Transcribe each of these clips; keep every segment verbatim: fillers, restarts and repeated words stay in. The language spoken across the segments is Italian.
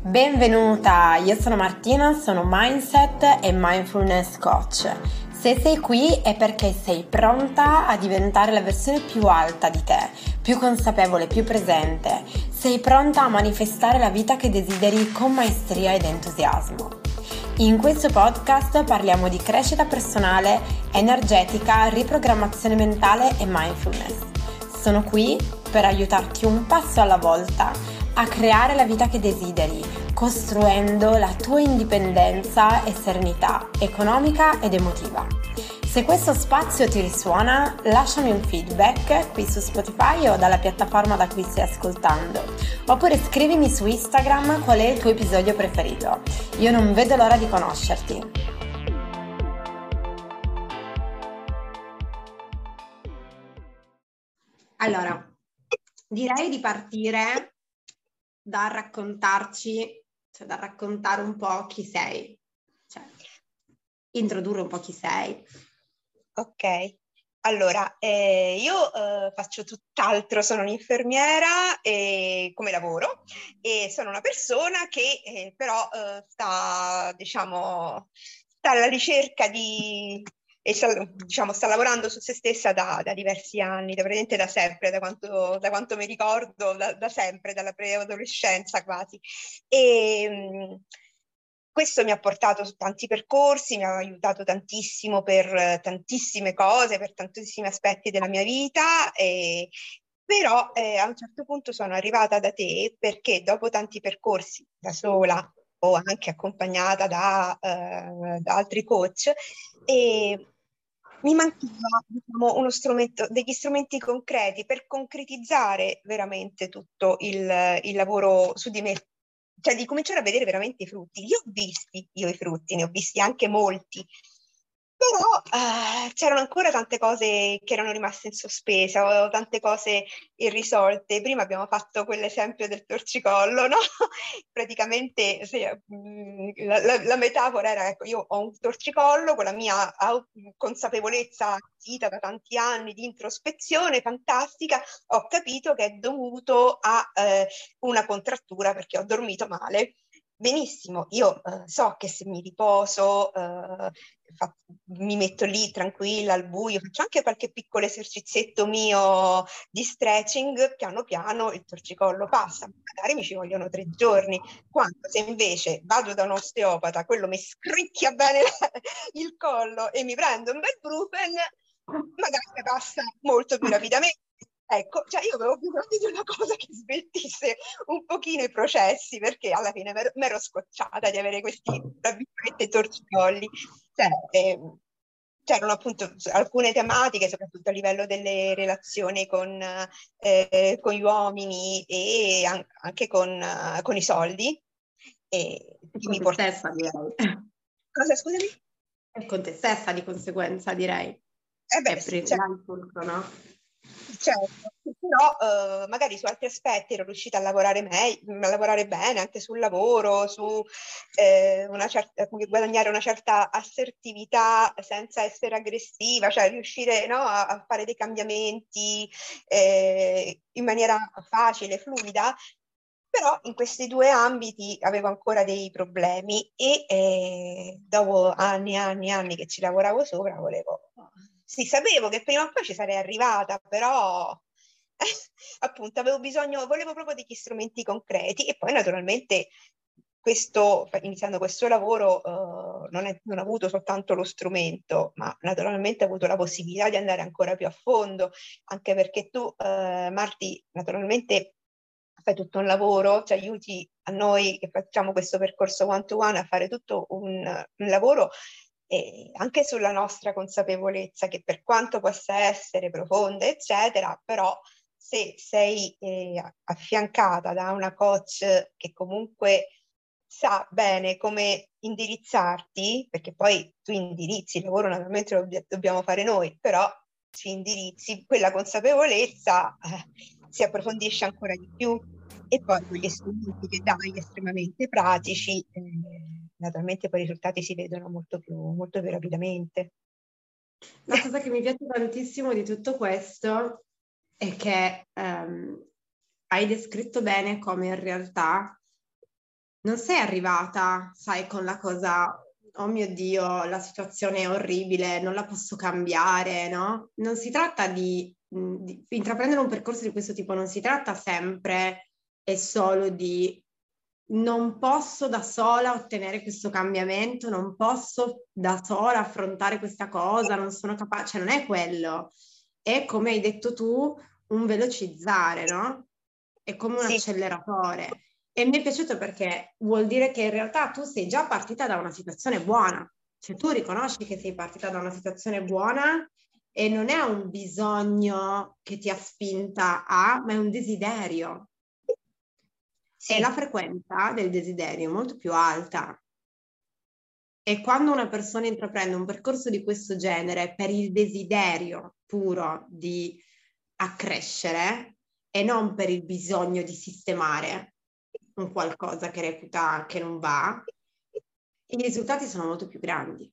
Benvenuta, io sono Martina, sono Mindset e Mindfulness Coach. Se sei qui è perché sei pronta a diventare la versione più alta di te, più consapevole, più presente. Sei pronta a manifestare la vita che desideri con maestria ed entusiasmo. In questo podcast parliamo di crescita personale, energetica, riprogrammazione mentale e mindfulness. Sono qui per aiutarti un passo alla volta a creare la vita che desideri, costruendo la tua indipendenza e serenità economica ed emotiva. Se questo spazio ti risuona, lasciami un feedback qui su Spotify o dalla piattaforma da cui stai ascoltando, oppure scrivimi su Instagram qual è il tuo episodio preferito. Io non vedo l'ora di conoscerti. Allora, direi di partire da raccontarci, cioè da raccontare un po' chi sei, cioè introdurre un po' chi sei. Ok, allora eh, io eh, faccio tutt'altro, sono un'infermiera e, come lavoro, e sono una persona che eh, però eh, sta, diciamo, sta alla ricerca di, e sta, diciamo, sta lavorando su se stessa da, da diversi anni, da praticamente da sempre, da quanto, da quanto mi ricordo, da, da sempre, dalla preadolescenza quasi. E, mh, questo mi ha portato su tanti percorsi, mi ha aiutato tantissimo per eh, tantissime cose, per tantissimi aspetti della mia vita, e, però eh, a un certo punto sono arrivata da te perché dopo tanti percorsi da sola o anche accompagnata da, eh, da altri coach, e mi mancava, diciamo, uno strumento, degli strumenti concreti per concretizzare veramente tutto il, il lavoro su di me, cioè di cominciare a vedere veramente i frutti. Li ho visti, io i frutti, ne ho visti anche molti, però eh, c'erano ancora tante cose che erano rimaste in sospeso, avevo tante cose irrisolte. Prima abbiamo fatto quell'esempio del torcicollo, no? Praticamente se, mh, la, la- la metafora era, ecco, io ho un torcicollo con la mia au- consapevolezza acquisita da tanti anni di introspezione fantastica, ho capito che è dovuto a eh, una contrattura perché ho dormito male. Benissimo, io eh, so che se mi riposo, eh, fa- mi metto lì tranquilla al buio, faccio anche qualche piccolo esercizietto mio di stretching, piano piano il torcicollo passa, magari mi ci vogliono tre giorni, quando se invece vado da un osteopata, quello mi scricchia bene il collo e mi prendo un bel brufen, magari mi passa molto più rapidamente. Ecco, cioè io avevo bisogno di una cosa che sveltisse un pochino i processi, perché alla fine mi ero scocciata di avere questi, tra virgolette, torcicolli. Cioè, ehm, c'erano appunto alcune tematiche, soprattutto a livello delle relazioni con, eh, con gli uomini e an- anche con, eh, con i soldi. E E che con mi te portava... stessa, direi. Cosa, scusami? E con te stessa, di conseguenza, direi. Eh beh, È sì, pre- cioè, là il fulcro, no? certo, però eh, magari su altri aspetti ero riuscita a lavorare meglio, a lavorare bene anche sul lavoro, su eh, una certa, guadagnare una certa assertività senza essere aggressiva, cioè riuscire, no, a, a fare dei cambiamenti eh, in maniera facile, fluida. Però in questi due ambiti avevo ancora dei problemi e eh, dopo anni e anni e anni che ci lavoravo sopra, volevo... Sì, sapevo che prima o poi ci sarei arrivata, però appunto avevo bisogno, volevo proprio degli strumenti concreti e poi naturalmente questo, iniziando questo lavoro, eh, non, è, non ho avuto soltanto lo strumento, ma naturalmente ho avuto la possibilità di andare ancora più a fondo, anche perché tu, eh, Marti, naturalmente fai tutto un lavoro, ci aiuti a noi che facciamo questo percorso one to one a fare tutto un, un lavoro eh, anche sulla nostra consapevolezza, che per quanto possa essere profonda, eccetera, però se sei eh, affiancata da una coach che comunque sa bene come indirizzarti, perché poi tu indirizzi, il lavoro naturalmente lo dobbiamo fare noi, però ci indirizzi, quella consapevolezza eh, si approfondisce ancora di più. E poi con gli strumenti che dai, estremamente pratici, eh, naturalmente poi i risultati si vedono molto più, molto più rapidamente. La cosa che mi piace tantissimo di tutto questo è che ehm, hai descritto bene come in realtà non sei arrivata, sai, con la cosa, oh mio Dio, la situazione è orribile, non la posso cambiare, no? Non si tratta di, di intraprendere un percorso di questo tipo, non si tratta sempre e solo di non posso da sola ottenere questo cambiamento, non posso da sola affrontare questa cosa, non sono capace, cioè non è quello, è come hai detto tu, un velocizzare, no? È come un Sì. acceleratore. E mi è piaciuto perché vuol dire che in realtà tu sei già partita da una situazione buona, cioè tu riconosci che sei partita da una situazione buona e non è un bisogno che ti ha spinta a, ma è un desiderio. E la Sì. frequenza del desiderio è molto più alta. E quando una persona intraprende un percorso di questo genere per il desiderio puro di accrescere e non per il bisogno di sistemare un qualcosa che reputa che non va, i risultati sono molto più grandi.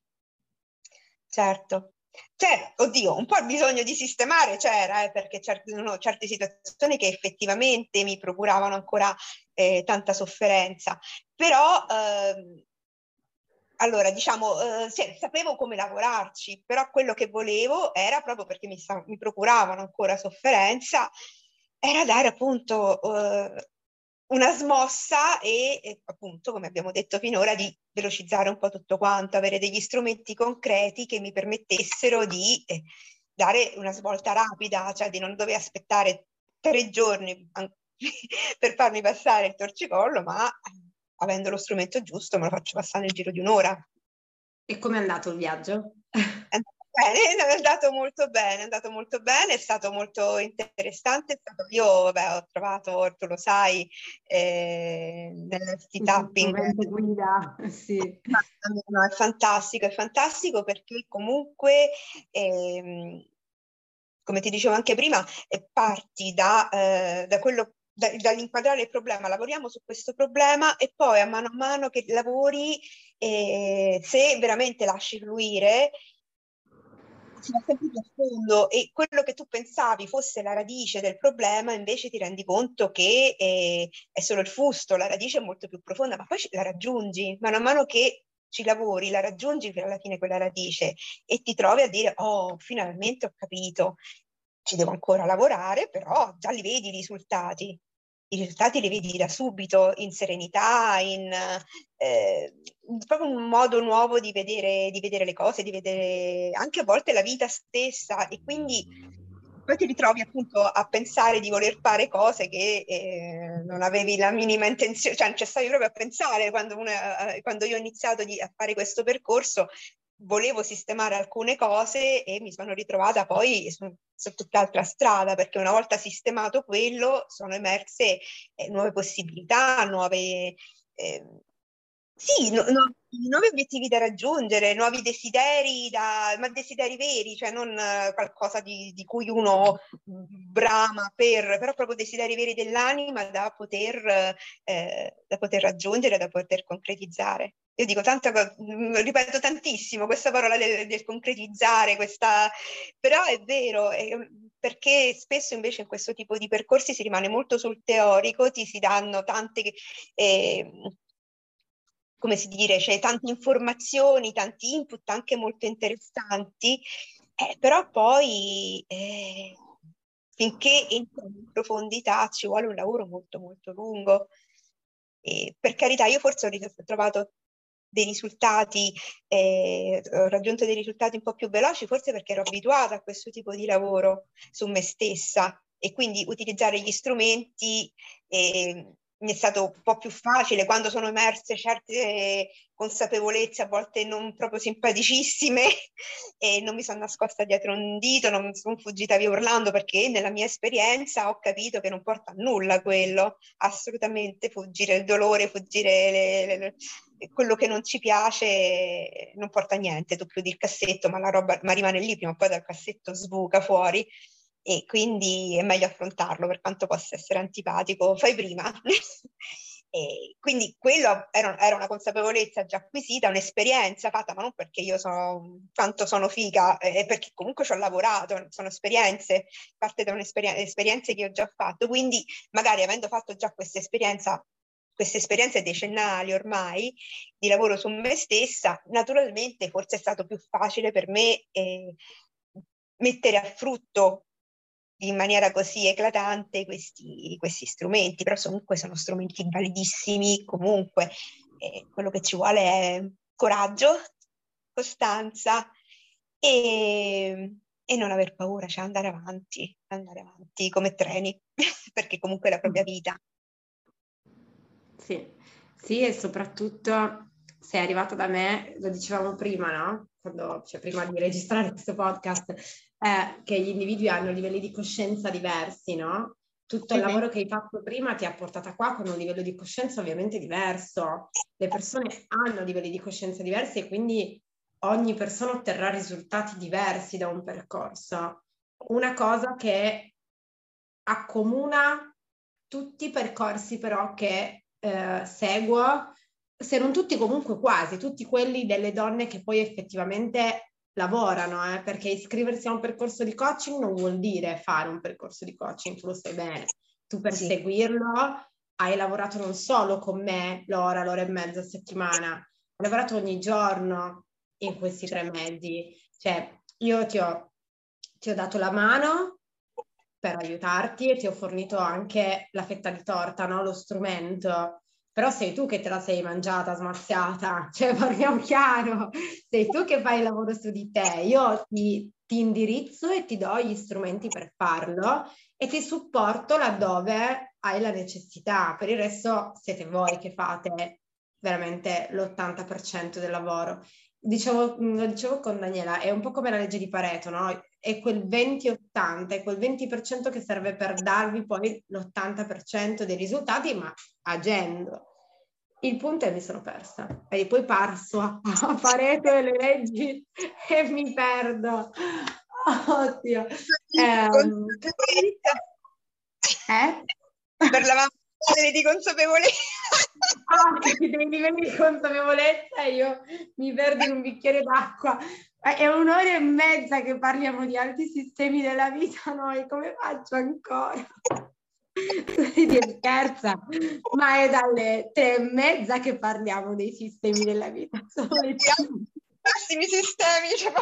Certo. Cioè, oddio, un po' il bisogno di sistemare c'era, eh, perché c'erano certe situazioni che effettivamente mi procuravano ancora eh, tanta sofferenza, però ehm, allora diciamo, eh, sì, sapevo come lavorarci, però quello che volevo era proprio perché mi, sta- mi procuravano ancora sofferenza, era dare appunto eh, una smossa e, e appunto, come abbiamo detto finora, di velocizzare un po' tutto quanto, avere degli strumenti concreti che mi permettessero di eh, dare una svolta rapida, cioè di non dover aspettare tre giorni an- per farmi passare il torcicollo, ma avendo lo strumento giusto me lo faccio passare nel giro di un'ora. E com'è andato il viaggio? È andato bene, è andato molto bene, è andato molto bene, è stato molto interessante. È stato, io vabbè, ho trovato, tu lo sai, eh, nell'F T Il tapping. movente guida, sì. No, è fantastico, è fantastico perché comunque, ehm, come ti dicevo anche prima, eh, parti da, eh, da quello, da- dall'inquadrare il problema, lavoriamo su questo problema e poi a mano a mano che lavori, eh, se veramente lasci fluire, si va sempre più a fondo e quello che tu pensavi fosse la radice del problema, invece ti rendi conto che eh, è solo il fusto, la radice è molto più profonda, ma poi ci- la raggiungi, mano a mano che ci lavori, la raggiungi alla fine quella radice e ti trovi a dire, oh, finalmente ho capito, ci devo ancora lavorare, però già li vedi i risultati. I risultati li vedi da subito, in serenità, in eh, proprio un modo nuovo di vedere, di vedere le cose, di vedere anche a volte la vita stessa e quindi poi ti ritrovi appunto a pensare di voler fare cose che eh, non avevi la minima intenzione, cioè non ci stavi proprio a pensare quando, una, quando io ho iniziato di, a fare questo percorso, volevo sistemare alcune cose e mi sono ritrovata poi su, su tutt'altra strada perché una volta sistemato quello sono emerse eh, nuove possibilità, nuove... Eh, sì, no- no- nuovi obiettivi da raggiungere, nuovi desideri, da, ma desideri veri, cioè non eh, qualcosa di, di cui uno brama per, però proprio desideri veri dell'anima da poter, eh, da poter raggiungere, da poter concretizzare. Io dico tanta, co- mm, ripeto tantissimo questa parola del, del concretizzare, questa, però è vero, è- perché spesso invece in questo tipo di percorsi si rimane molto sul teorico, ti si danno tante... eh, come si dice, c'è tante informazioni, tanti input anche molto interessanti, eh, però poi eh, finché entri in profondità ci vuole un lavoro molto molto lungo. E, per carità, io forse ho ri- trovato dei risultati, eh, ho raggiunto dei risultati un po' più veloci, forse perché ero abituata a questo tipo di lavoro su me stessa e quindi utilizzare gli strumenti eh, mi è stato un po' più facile quando sono emerse certe consapevolezze, a volte non proprio simpaticissime, e non mi sono nascosta dietro un dito, non mi sono fuggita via urlando, perché nella mia esperienza ho capito che non porta a nulla quello, assolutamente fuggire il dolore, fuggire le, le, le, quello che non ci piace non porta a niente, tu chiudi il cassetto, ma la roba ma rimane lì, prima o poi dal cassetto sbuca fuori e quindi è meglio affrontarlo per quanto possa essere antipatico, fai prima. E quindi quello era, era una consapevolezza già acquisita, un'esperienza fatta, ma non perché io sono quanto sono figa, è eh, perché comunque ci ho lavorato, sono esperienze, parte da un'esperienza esperienze che ho già fatto, quindi magari avendo fatto già questa esperienza queste esperienze decennali ormai di lavoro su me stessa, naturalmente forse è stato più facile per me eh, mettere a frutto in maniera così eclatante questi, questi strumenti, però comunque sono strumenti validissimi, comunque eh, quello che ci vuole è coraggio, costanza e, e non aver paura, cioè andare avanti, andare avanti come treni, perché comunque è la propria vita. Sì, sì, e soprattutto sei arrivata da me, lo dicevamo prima, no? Quando, cioè, prima di registrare questo podcast, eh, che gli individui hanno livelli di coscienza diversi, no? Tutto il Mhm. lavoro che hai fatto prima ti ha portata qua con un livello di coscienza ovviamente diverso. Le persone hanno livelli di coscienza diversi e quindi ogni persona otterrà risultati diversi da un percorso. Una cosa che accomuna tutti i percorsi però che eh, seguo, se non tutti comunque quasi, tutti quelli delle donne che poi effettivamente lavorano, eh, perché iscriversi a un percorso di coaching non vuol dire fare un percorso di coaching, tu lo sai bene. Tu per Sì. seguirlo hai lavorato non solo con me l'ora, l'ora e mezza a settimana, hai lavorato ogni giorno in questi tre mesi. Cioè, io ti ho, ti ho dato la mano per aiutarti e ti ho fornito anche la fetta di torta, no? Lo strumento. Però sei tu che te la sei mangiata, smaziata, cioè parliamo chiaro, sei tu che fai il lavoro su di te. Io ti, ti indirizzo e ti do gli strumenti per farlo e ti supporto laddove hai la necessità. Per il resto siete voi che fate veramente l'ottanta per cento del lavoro. Dicevo, lo dicevo con Daniela, è un po' come la legge di Pareto, no? È quel venti ottanta, è quel venti per cento che serve per darvi poi l'ottanta per cento dei risultati, ma agendo. Il punto è che mi sono persa. E poi parso a, a Pareto e le leggi e mi perdo. Oddio. Ehm, eh? Parlavamo di consapevolezza. Ah, dei livelli di consapevolezza io mi perdo in un bicchiere d'acqua. È un'ora e mezza che parliamo di altri sistemi della vita, noi come faccio ancora? Si scherza, ma è dalle tre e mezza che parliamo dei sistemi della vita. Sono le cinque. Massimi sistemi, cioè.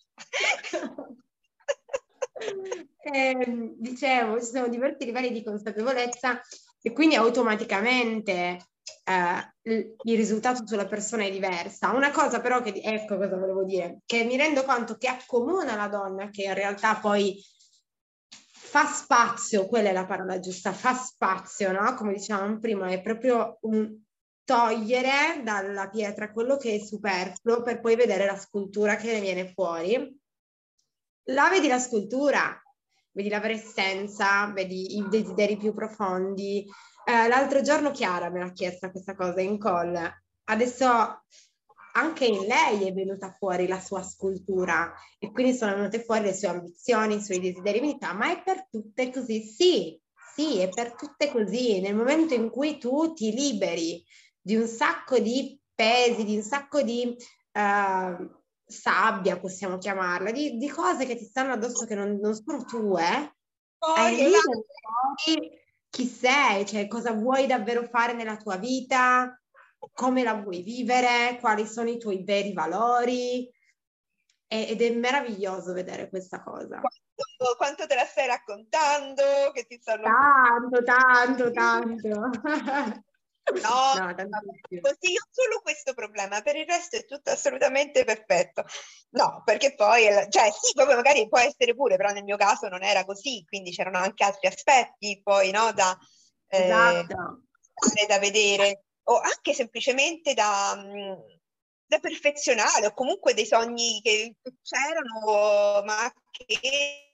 Eh, dicevo, ci sono diversi livelli di consapevolezza e quindi automaticamente eh, il, il risultato sulla persona è diversa. Una cosa però che, ecco cosa volevo dire, che mi rendo conto che accomuna la donna, che in realtà poi fa spazio, quella è la parola giusta, fa spazio, no? Come dicevamo prima, è proprio un togliere dalla pietra quello che è superfluo per poi vedere la scultura che ne viene fuori. Là vedi la scultura, vedi la vera essenza, vedi i desideri più profondi. Eh, l'altro giorno Chiara me l'ha chiesta questa cosa in call. Adesso anche in lei è venuta fuori la sua scultura e quindi sono venute fuori le sue ambizioni, i suoi desideri di vita, ma è per tutte così? Sì, sì, è per tutte così. Nel momento in cui tu ti liberi di un sacco di pesi, di un sacco di... Uh, sabbia, possiamo chiamarla, di, di cose che ti stanno addosso che non, non sono tue, Oh, è lì che scopri chi sei, cioè cosa vuoi davvero fare nella tua vita, come la vuoi vivere, quali sono i tuoi veri valori, e, ed è meraviglioso vedere questa cosa. Quanto, quanto te la stai raccontando? Che ti stanno... Tanto, tanto, tanto. No, No, così io ho solo questo problema, per il resto è tutto assolutamente perfetto. No, perché poi, cioè sì, poi magari può essere pure, però nel mio caso non era così, quindi c'erano anche altri aspetti poi, no, da, eh, esatto. da vedere, o anche semplicemente da, da perfezionare, o comunque dei sogni che c'erano, ma che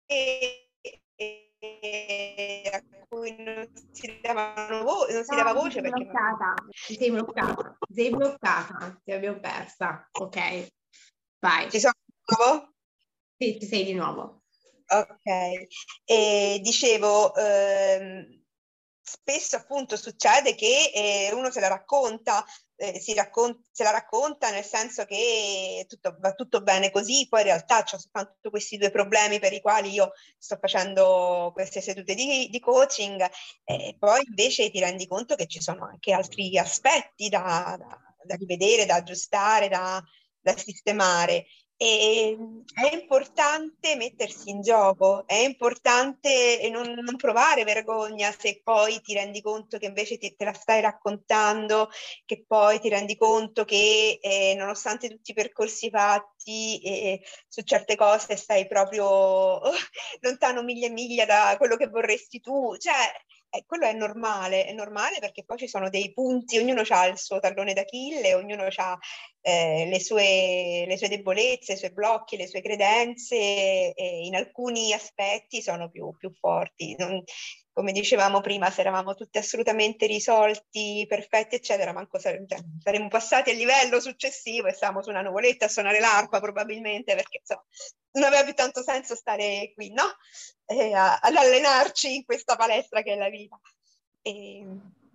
a cui non si davano vo- non si dava No, ti voce sei perché bloccata, ti sei bloccata, ti sei bloccata, ti abbiamo persa. Ok, vai. ci sono di nuovo? Sì, ci sei di nuovo. Ok, e dicevo, ehm, spesso appunto succede che eh, uno se la racconta, eh, si raccon- se la racconta nel senso che tutto, va tutto bene così, poi in realtà c'ho soltanto questi due problemi per i quali io sto facendo queste sedute di, di coaching, e poi invece ti rendi conto che ci sono anche altri aspetti da, da, da rivedere, da aggiustare, da, da sistemare. E è importante mettersi in gioco, è importante non, non provare vergogna se poi ti rendi conto che invece ti- te la stai raccontando, che poi ti rendi conto che eh, nonostante tutti i percorsi fatti eh, su certe cose stai proprio lontano miglia e miglia da quello che vorresti tu. Cioè, eh, quello è normale, è normale perché poi ci sono dei punti, ognuno ha il suo tallone d'Achille, ognuno ha eh, le sue, le sue debolezze, i suoi blocchi, le sue credenze, e in alcuni aspetti sono più, più forti. Non, come dicevamo prima, se eravamo tutti assolutamente risolti, perfetti, eccetera, manco sare- cioè, saremmo passati al livello successivo e stavamo su una nuvoletta a suonare l'arpa probabilmente, perché insomma, non aveva più tanto senso stare qui, no? Eh, a- ad allenarci in questa palestra che è la vita. E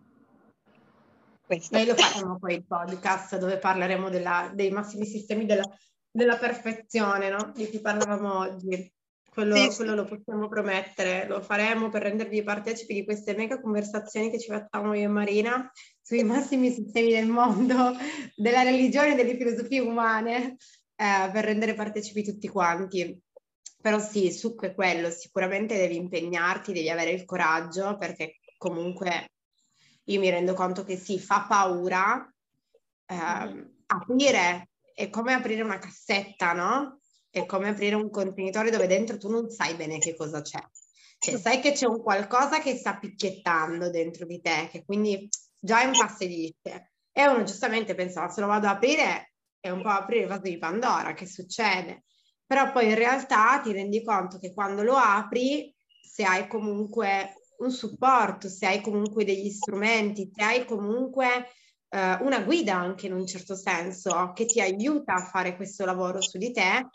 questo. Noi lo faremo poi il podcast dove parleremo della- dei massimi sistemi della, della perfezione, no? Di cui parlavamo oggi. Quello, Sì, quello sì. lo possiamo promettere, lo faremo per rendervi partecipi di queste mega conversazioni che ci facciamo io e Marina sui massimi sistemi del mondo, della religione e delle filosofie umane, eh, per rendere partecipi tutti quanti. Però sì, su che quello sicuramente devi impegnarti, devi avere il coraggio, perché comunque io mi rendo conto che sì, fa paura eh, Mm-hmm. aprire, è come aprire una cassetta, no? È come aprire un contenitore dove dentro tu non sai bene che cosa c'è. Cioè, sai che c'è un qualcosa che sta picchiettando dentro di te, che quindi già infastidisce. E uno giustamente pensava, se lo vado ad aprire, è un po' aprire il vaso di Pandora, che succede? Però poi in realtà ti rendi conto che quando lo apri, se hai comunque un supporto, se hai comunque degli strumenti, se hai comunque eh, una guida anche in un certo senso che ti aiuta a fare questo lavoro su di te,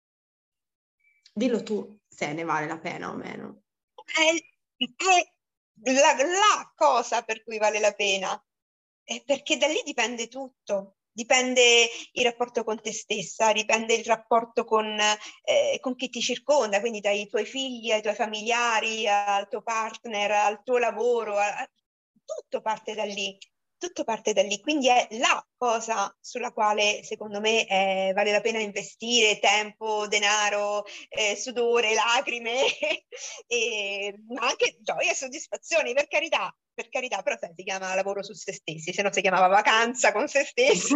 dillo tu se ne vale la pena o meno. È, è la, la cosa per cui vale la pena, è perché da lì dipende tutto. Dipende il rapporto con te stessa, dipende il rapporto con, eh, con chi ti circonda, quindi dai tuoi figli ai tuoi familiari, al tuo partner, al tuo lavoro, a, a, tutto parte da lì, tutto parte da lì. Quindi è la cosa sulla quale secondo me eh, vale la pena investire tempo, denaro, eh, sudore, lacrime, e anche gioia e soddisfazioni, per carità. Per carità, però sai, si chiama lavoro su se stessi, se no si chiamava vacanza con se stessi.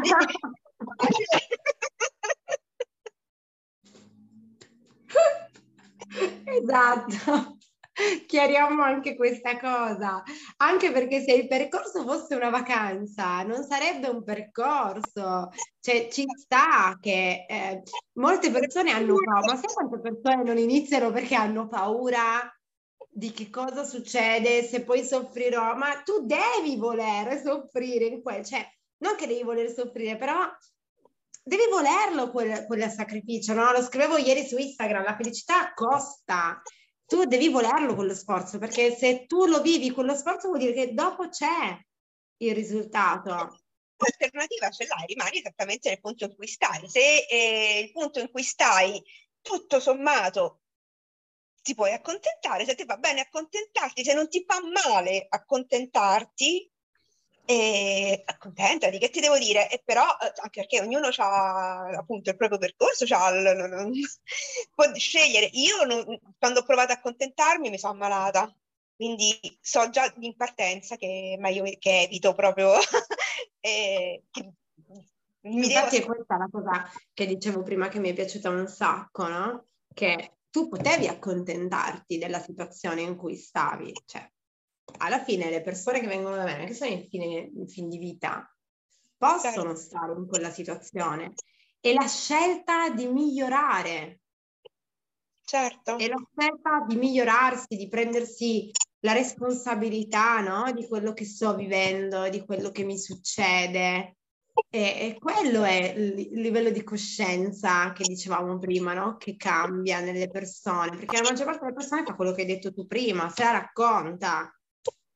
Esatto, chiariamo anche questa cosa, anche perché se il percorso fosse una vacanza non sarebbe un percorso, cioè ci sta che eh, molte persone hanno paura, ma sai quante persone non iniziano perché hanno paura di che cosa succede, se poi soffrirò, ma tu devi voler soffrire in quel, cioè non che devi voler soffrire, però devi volerlo quel, quel sacrificio, no? Lo scrivevo ieri su Instagram, la felicità costa, tu devi volerlo quello sforzo, perché se tu lo vivi quello sforzo vuol dire che dopo c'è il risultato. L'alternativa ce l'hai, rimani esattamente nel punto in cui stai. Se eh, il punto in cui stai, tutto sommato, ti puoi accontentare, se ti va bene accontentarti, se non ti fa male accontentarti, e accontentati, che ti devo dire? E però, anche perché ognuno ha appunto il proprio percorso, c'ha il, può scegliere. Io non, quando ho provato a accontentarmi mi sono ammalata, quindi so già in partenza che è meglio che evito proprio. e, che mi devo... Infatti è questa la cosa che dicevo prima che mi è piaciuta un sacco, no? Che tu potevi accontentarti della situazione in cui stavi, cioè alla fine le persone che vengono da me, che sono in, fine, in fin di vita, possono Certo. stare in quella situazione. E la scelta di migliorare, Certo. e la scelta di migliorarsi, di prendersi la responsabilità, no? Di quello che sto vivendo, di quello che mi succede. E, e quello è il, il livello di coscienza che dicevamo prima, no? Che cambia nelle persone, perché la maggior parte delle persone fa quello che hai detto tu prima, se la racconta.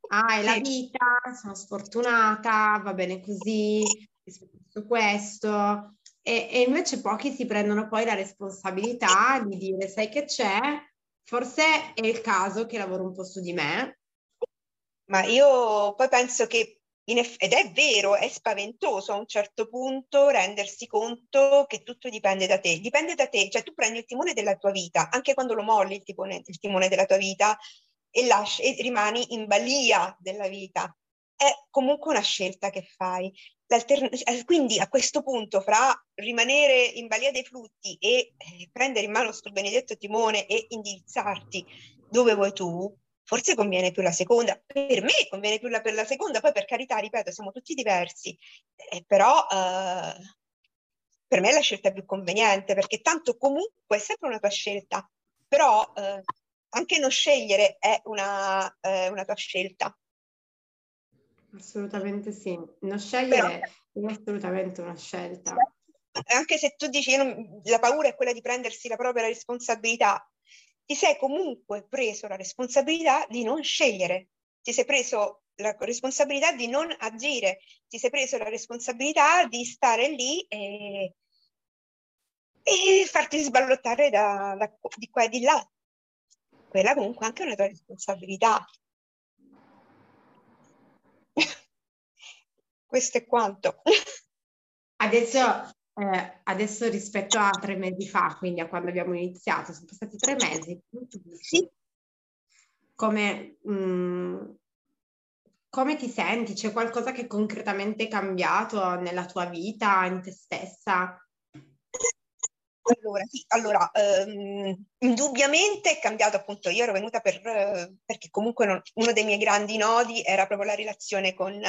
ah, è la Sì. vita, sono sfortunata, va bene così, è successo questo. E, e invece pochi si prendono poi la responsabilità di dire, sai che c'è? Forse è il caso che lavoro un po' su di me. Ma io poi penso che, in eff- ed è vero, è spaventoso a un certo punto rendersi conto che tutto dipende da te. Dipende da te, cioè tu prendi il timone della tua vita, anche quando lo molli il timone, il timone della tua vita e, lasci, e rimani in balia della vita. È comunque una scelta che fai. L'altern- eh, quindi a questo punto, fra rimanere in balia dei flutti e eh, prendere in mano questo benedetto timone e indirizzarti dove vuoi tu, forse conviene più la seconda. Per me conviene più la, per la seconda, poi per carità, ripeto, siamo tutti diversi, eh, però eh, per me è la scelta più conveniente, perché tanto comunque è sempre una tua scelta, però eh, anche non scegliere è una, eh, una tua scelta. Assolutamente sì. Non Però scegliere è assolutamente una scelta. anche se tu dici io non- la paura è quella di prendersi la propria responsabilità, ti sei comunque preso la responsabilità di non scegliere, ti sei preso la responsabilità di non agire, ti sei preso la responsabilità di stare lì e, e farti sballottare da, da- di qua e di là. Quella comunque è anche una tua responsabilità. Questo è quanto. Adesso, eh, adesso rispetto a tre mesi fa, quindi a quando abbiamo iniziato, sono passati tre mesi, come ti Sì. dici? Come, mh, come ti senti? C'è qualcosa che è concretamente cambiato nella tua vita, in te stessa? Allora, sì, allora, ehm, indubbiamente è cambiato appunto, io ero venuta per, eh, perché comunque non- uno dei miei grandi nodi era proprio la relazione con,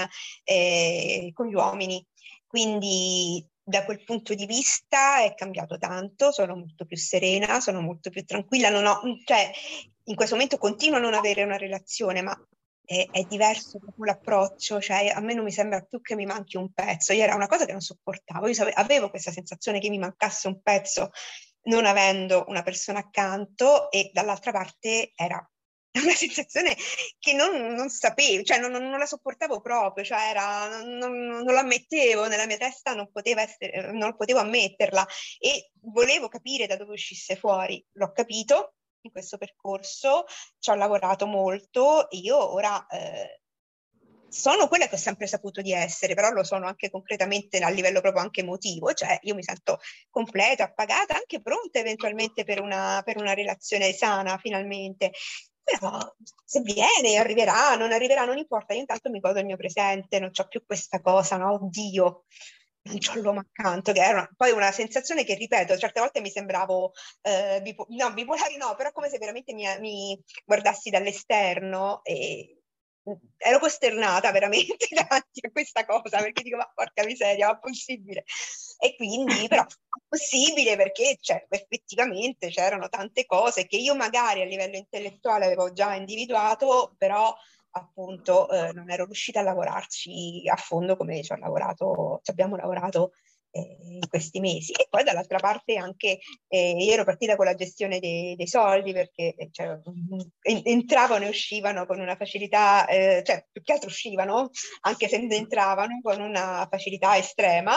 eh, con gli uomini, quindi da quel punto di vista è cambiato tanto, sono molto più serena, sono molto più tranquilla, non ho, cioè, in questo momento continuo a non avere una relazione, ma è, è diverso proprio l'approccio, cioè a me non mi sembra più che mi manchi un pezzo, io era una cosa che non sopportavo, io save- avevo questa sensazione che mi mancasse un pezzo non avendo una persona accanto e dall'altra parte era una sensazione che non, non sapevo, cioè non, non la sopportavo proprio, cioè era, non, non, non la ammettevo, nella mia testa non poteva essere, non potevo ammetterla e volevo capire da dove uscisse fuori, l'ho capito in questo percorso, ci ho lavorato molto, io ora eh, sono quella che ho sempre saputo di essere, però lo sono anche concretamente a livello proprio anche emotivo, cioè io mi sento completa, appagata, anche pronta eventualmente per una, per una relazione sana finalmente. Però se viene, arriverà, non arriverà, non importa, io intanto mi godo il mio presente, non ho più questa cosa, no? Oddio, non c'ho l'uomo accanto, che era una- poi una sensazione che, ripeto, certe volte mi sembravo, eh, bipo- no, bipolare no, però come se veramente mi, mi guardassi dall'esterno e ero costernata veramente davanti a questa cosa, perché dico, ma porca miseria, ma è possibile? E quindi, però, è possibile perché cioè, effettivamente c'erano tante cose che io magari a livello intellettuale avevo già individuato, però appunto eh, non ero riuscita a lavorarci a fondo come ci ho lavorato, ci abbiamo lavorato eh, in questi mesi. E poi dall'altra parte anche eh, io ero partita con la gestione dei, dei soldi perché eh, cioè, mm, entravano e uscivano con una facilità, eh, cioè più che altro uscivano, anche se entravano con una facilità estrema.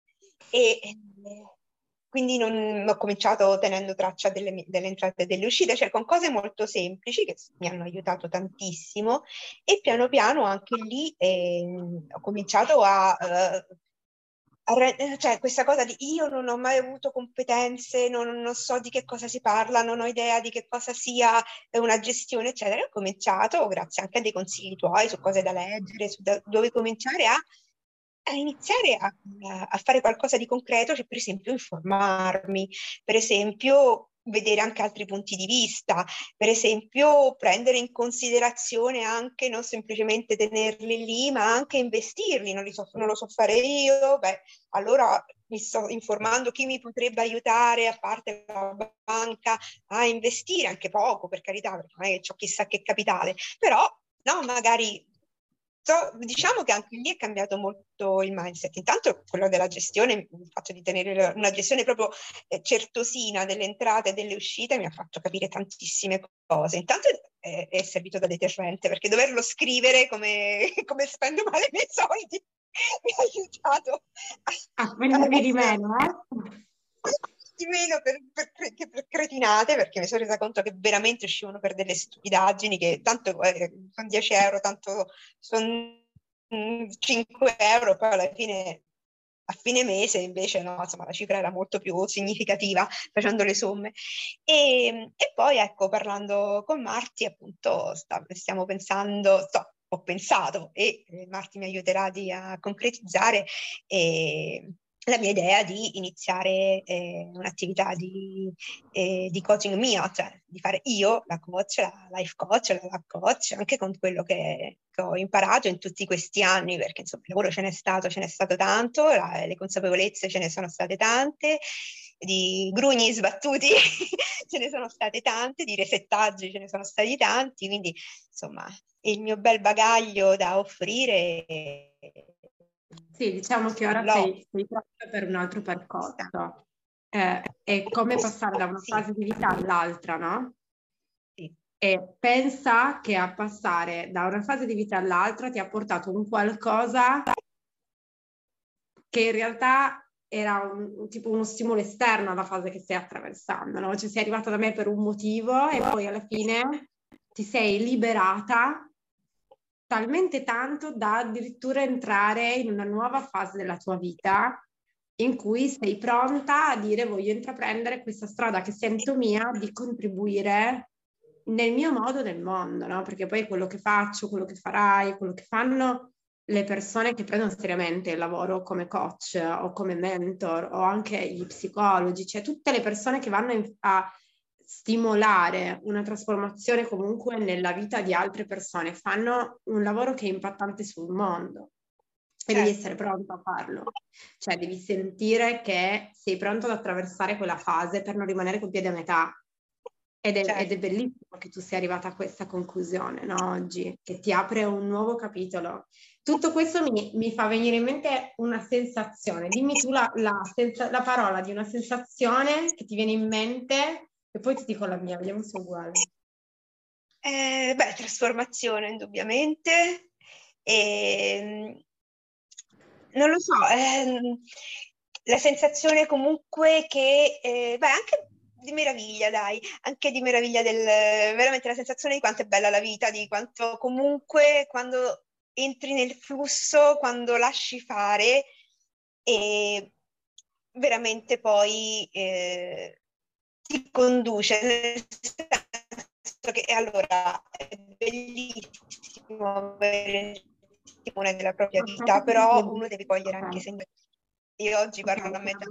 E eh, quindi non, ho cominciato tenendo traccia delle, delle entrate e delle uscite, cioè con cose molto semplici che mi hanno aiutato tantissimo e piano piano anche lì eh, ho cominciato a, eh, a re- cioè questa cosa di io non ho mai avuto competenze, non, non so di che cosa si parla, non ho idea di che cosa sia eh, una gestione, eccetera. Ho cominciato, grazie anche a dei consigli tuoi su cose da leggere, su da- dove cominciare a a iniziare a, a fare qualcosa di concreto, cioè per esempio informarmi, per esempio vedere anche altri punti di vista, per esempio prendere in considerazione anche non semplicemente tenerli lì, ma anche investirli, non, li so, non lo so fare io, beh, allora mi sto informando chi mi potrebbe aiutare, a parte la banca, a investire anche poco, per carità, perché non è che ho chissà che capitale, però no, magari So, diciamo che anche lì è cambiato molto il mindset. Intanto quello della gestione, il fatto di tenere una gestione proprio eh, certosina delle entrate e delle uscite mi ha fatto capire tantissime cose. Intanto è, è servito da deterrente, perché doverlo scrivere come, come spendo male i miei soldi mi ha aiutato a spenderli di meno, eh? di meno per, per, che per cretinate, perché mi sono resa conto che veramente uscivano per delle stupidaggini che tanto eh, sono dieci euro, tanto sono cinque euro, poi alla fine a fine mese invece no, insomma la cifra era molto più significativa facendo le somme. E, e poi ecco, parlando con Marti appunto sta, stiamo pensando, sto, ho pensato e eh, Marti mi aiuterà di, a concretizzare eh, la mia idea di iniziare eh, un'attività di, eh, di coaching mia, cioè di fare io la coach, la life coach, la life coach, anche con quello che, che ho imparato in tutti questi anni, perché insomma il lavoro ce n'è stato, ce n'è stato tanto, la, le consapevolezze ce ne sono state tante, di grugni sbattuti ce ne sono state tante, di resettaggi ce ne sono stati tanti, quindi insomma il mio bel bagaglio da offrire. Sì, diciamo che ora No. sei, sei pronta per un altro percorso. Eh, è come passare da una Sì. fase di vita all'altra, no? Sì. E pensa che a passare da una fase di vita all'altra ti ha portato un qualcosa che in realtà era un, tipo uno stimolo esterno alla fase che stai attraversando, no? Cioè sei arrivata da me per un motivo e poi alla fine ti sei liberata talmente tanto da addirittura entrare in una nuova fase della tua vita in cui sei pronta a dire voglio intraprendere questa strada che sento mia di contribuire nel mio modo nel mondo, no? Perché poi quello che faccio, quello che farai, quello che fanno le persone che prendono seriamente il lavoro come coach o come mentor o anche gli psicologi, cioè tutte le persone che vanno in, a stimolare una trasformazione comunque nella vita di altre persone, fanno un lavoro che è impattante sul mondo e devi essere pronto a farlo, cioè devi sentire che sei pronto ad attraversare quella fase per non rimanere con piedi a metà ed è, Certo. ed è bellissimo che tu sia arrivata a questa conclusione, no, oggi, che ti apre un nuovo capitolo. Tutto questo mi, mi fa venire in mente una sensazione, dimmi tu la, la, senza, la parola di una sensazione che ti viene in mente e poi ti dico la mia, vediamo se è uguale. Eh, beh, trasformazione indubbiamente. E, non lo so, ehm, la sensazione comunque che, eh, beh, anche di meraviglia, dai, anche di meraviglia del, veramente la sensazione di quanto è bella la vita, di quanto comunque quando entri nel flusso, quando lasci fare, e veramente poi eh, ti conduce, nel senso che allora è bellissimo avere timone della propria vita, però uno deve cogliere anche segni. Io oggi parlo da metà,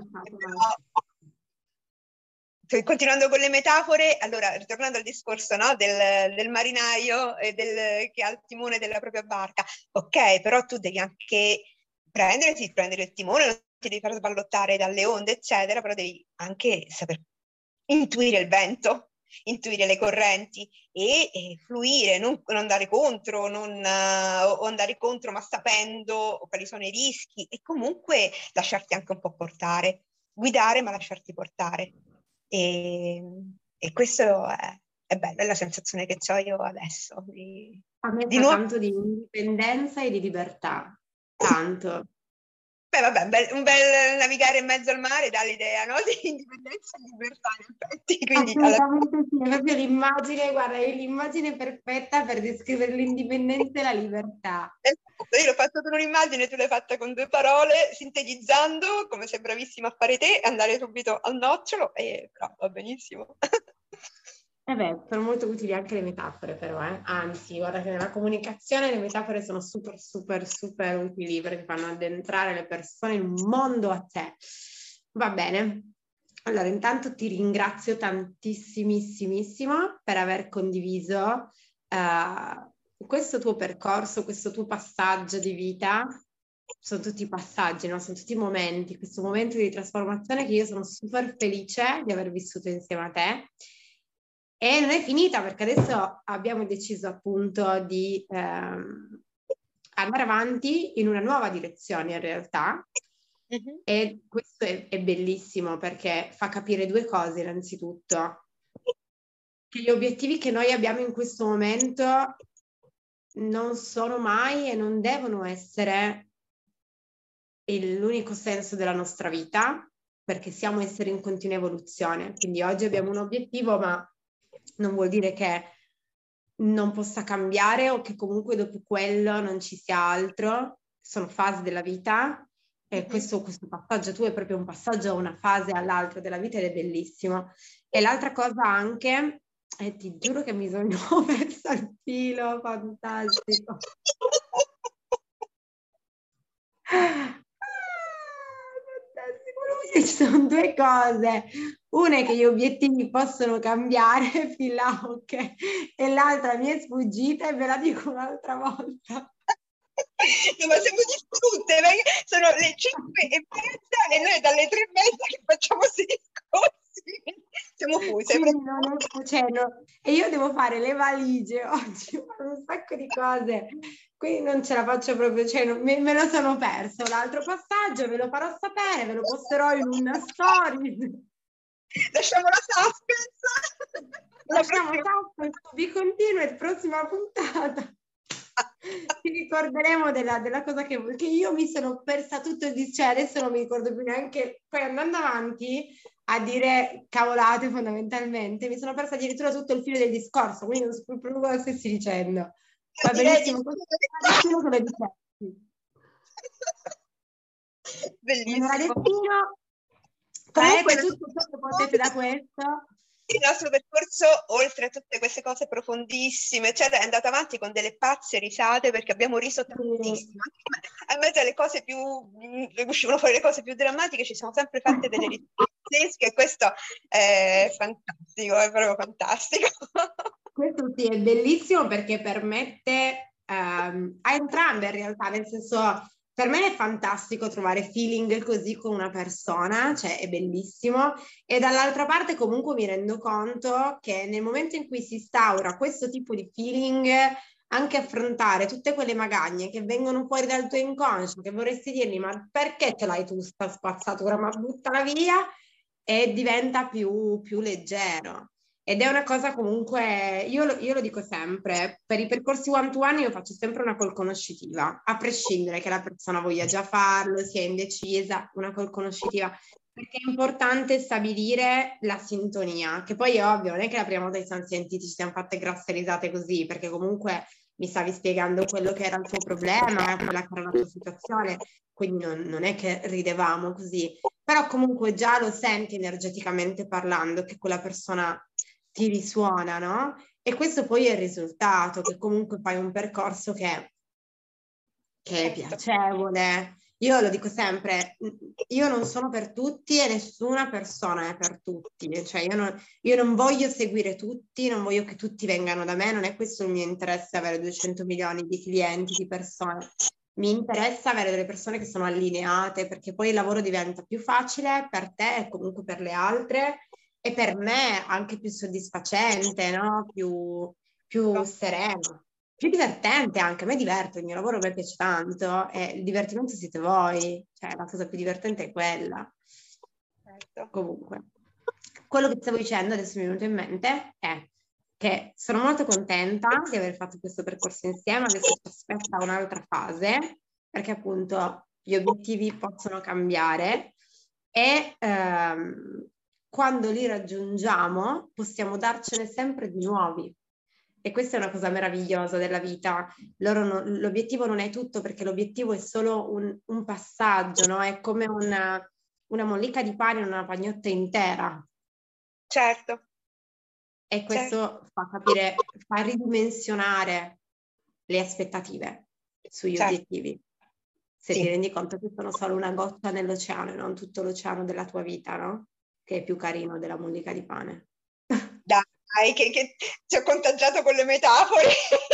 continuando con le metafore, allora ritornando al discorso, no, del, del marinaio e del, che ha il timone della propria barca, ok, però tu devi anche prendere, sì, prendere il timone, non ti devi far sballottare dalle onde, eccetera, però devi anche saper intuire il vento, intuire le correnti e, e fluire, non, non andare contro, non, uh, o andare contro ma sapendo quali sono i rischi e comunque lasciarti anche un po' portare, guidare ma lasciarti portare. E, e questo è, è bello, è la sensazione che ho io adesso. Di, A me di sa nuovo... tanto di indipendenza e di libertà, tanto. Beh, vabbè, un bel, un bel navigare in mezzo al mare dà l'idea, no? Di indipendenza e libertà, in effetti. Quindi, assolutamente alla... sì, è proprio l'immagine, guarda, è l'immagine perfetta per descrivere l'indipendenza e la libertà. Esatto, io l'ho fatto con un'immagine, tu l'hai fatta con due parole, sintetizzando, come sei bravissima a fare te, andare subito al nocciolo, e però va benissimo. Eh beh, sono molto utili anche le metafore però, eh? Anzi, guarda che nella comunicazione le metafore sono super, super, super utili perché fanno addentrare le persone in un mondo a sé. Va bene. Allora, intanto ti ringrazio tantissimissimo per aver condiviso uh, questo tuo percorso, questo tuo passaggio di vita. Sono tutti passaggi, no? Sono tutti momenti, questo momento di trasformazione che io sono super felice di aver vissuto insieme a te. E non è finita perché adesso abbiamo deciso appunto di ehm, andare avanti in una nuova direzione in realtà. Mhm. E questo è, è bellissimo perché fa capire due cose innanzitutto, che gli obiettivi che noi abbiamo in questo momento non sono mai e non devono essere il- l'unico senso della nostra vita, perché siamo esseri in continua evoluzione. Quindi oggi abbiamo un obiettivo, ma non vuol dire che non possa cambiare o che comunque dopo quello non ci sia altro. Sono fasi della vita e Mhm. questo, questo passaggio tu è proprio un passaggio da una fase all'altra della vita ed è bellissimo. E l'altra cosa anche, e ti giuro che mi sono persa il filo, fantastico. Ah, fantastico. Ci sono due cose. Una è che gli obiettivi possono cambiare, fin là, ok, e l'altra mi è sfuggita e ve la dico un'altra volta. No, ma siamo distrutte perché sono le cinque e mezza e noi dalle tre e mezza che facciamo questi discorsi. Siamo fuse. Quindi non è, cioè, no, e io devo fare le valigie oggi, ho fatto un sacco di cose, quindi non ce la faccio proprio, cioè, non- me, me lo sono perso. L'altro passaggio ve lo farò sapere, ve lo posterò in una story. Lasciamo la suspense. La Lasciamo prossima- suspense, vi continuo e prossima puntata. Ci ricorderemo della, della cosa che, che io mi sono persa tutto il dis- cioè adesso non mi ricordo più neanche, poi andando avanti a dire cavolate fondamentalmente, mi sono persa addirittura tutto il filo del discorso, quindi non so più proprio cosa stessi dicendo. Va Direi di- benissimo, così destino che lo difetti. Non era Bellissimo. destino, Comunque, traete tutto ciò che potete da questo. il nostro percorso, oltre a tutte queste cose profondissime, eccetera, è andato avanti con delle pazze risate perché abbiamo riso tantissimo. A mezzo alle cose più, mh, uscivano fuori le cose più drammatiche, ci siamo sempre fatte delle risate pazzesche e questo è fantastico, è proprio fantastico. Questo sì, è bellissimo perché permette ehm, a entrambe in realtà, nel senso, per me è fantastico trovare feeling così con una persona, cioè è bellissimo, e dall'altra parte comunque mi rendo conto che nel momento in cui si instaura questo tipo di feeling, anche affrontare tutte quelle magagne che vengono fuori dal tuo inconscio, che vorresti dirgli, ma perché ce l'hai tu sta spazzatura, ma buttala via, e diventa più, più leggero. Ed è una cosa comunque, io lo, io lo dico sempre, per i percorsi one to one io faccio sempre una call conoscitiva, a prescindere che la persona voglia già farlo, sia indecisa, una call conoscitiva, perché è importante stabilire la sintonia, che poi è ovvio, non è che la prima volta che siamo sentiti ci siamo fatte grosse risate così, perché comunque mi stavi spiegando quello che era il tuo problema, quella che era la tua situazione, quindi non, non è che ridevamo così, però comunque già lo senti energeticamente parlando che quella persona ti risuona, no? E questo poi è il risultato, che comunque fai un percorso che, che è piacevole. Io lo dico sempre, io non sono per tutti e nessuna persona è per tutti, cioè io non, io non voglio seguire tutti, non voglio che tutti vengano da me, non è questo il mio interesse avere duecento milioni di clienti, di persone. Mi interessa avere delle persone che sono allineate perché poi il lavoro diventa più facile per te e comunque per le altre e per me anche più soddisfacente, no? Più, più sereno, più divertente anche. A me diverte, il mio lavoro a me piace tanto e il divertimento siete voi, cioè la cosa più divertente è quella. Certo. Comunque, quello che stavo dicendo adesso mi è venuto in mente è che sono molto contenta di aver fatto questo percorso insieme, adesso ci aspetta un'altra fase, perché appunto gli obiettivi possono cambiare e ehm, quando li raggiungiamo possiamo darcene sempre di nuovi. E questa è una cosa meravigliosa della vita. Loro non, l'obiettivo non è tutto perché l'obiettivo è solo un, un passaggio, no? È come una, una mollica di pane in una pagnotta intera. Certo. E questo Certo. fa capire, fa ridimensionare le aspettative sugli Certo. obiettivi. Se Sì. ti rendi conto che sono solo una goccia nell'oceano e non tutto l'oceano della tua vita, no? Che è più carino della mollica di pane. Dai, che, che ti ho contagiato con le metafore.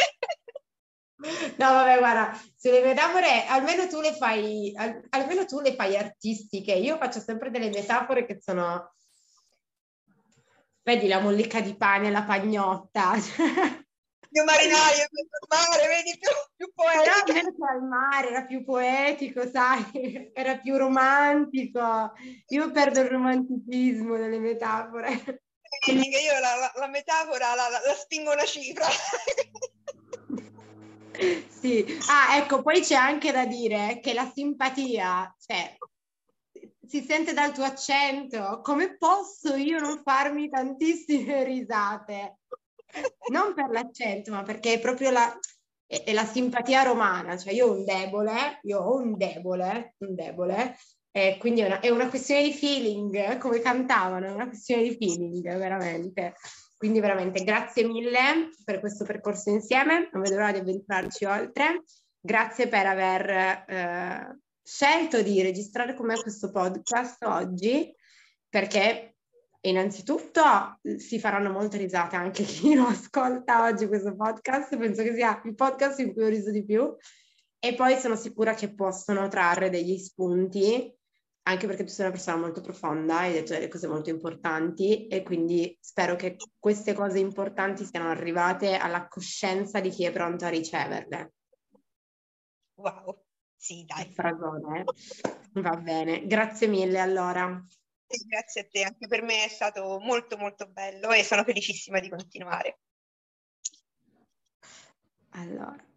No, vabbè, guarda, sulle metafore almeno tu le fai, al, almeno tu le fai artistiche. Io faccio sempre delle metafore che sono, vedi, la mollica di pane, la pagnotta. Più marinaio, più al mare, vedi, più, più Però poetica. invece al mare era più poetico, sai, era più romantico. Io perdo il romanticismo delle metafore. Quindi che io la, la, la metafora la, la, la spingo una cifra. Sì, ah, ecco, poi c'è anche da dire che la simpatia, cioè, si sente dal tuo accento, come posso io non farmi tantissime risate? Non per l'accento, ma perché è proprio la, è, è la simpatia romana, cioè io ho un debole, io ho un debole, un debole, e quindi è una, è una questione di feeling, come cantavano, è una questione di feeling, veramente. Quindi veramente grazie mille per questo percorso insieme, non vedo l'ora di avventurarci oltre. Grazie per aver eh, scelto di registrare con me questo podcast oggi, perché innanzitutto si faranno molte risate anche chi lo ascolta oggi questo podcast, penso che sia il podcast in cui ho riso di più, e poi sono sicura che possono trarre degli spunti, anche perché tu sei una persona molto profonda, hai detto delle cose molto importanti e quindi spero che queste cose importanti siano arrivate alla coscienza di chi è pronto a riceverle. Wow, sì, dai. Frasone, eh? Va bene, grazie mille allora. Sì, grazie a te, anche per me è stato molto molto bello e sono felicissima di continuare. Allora.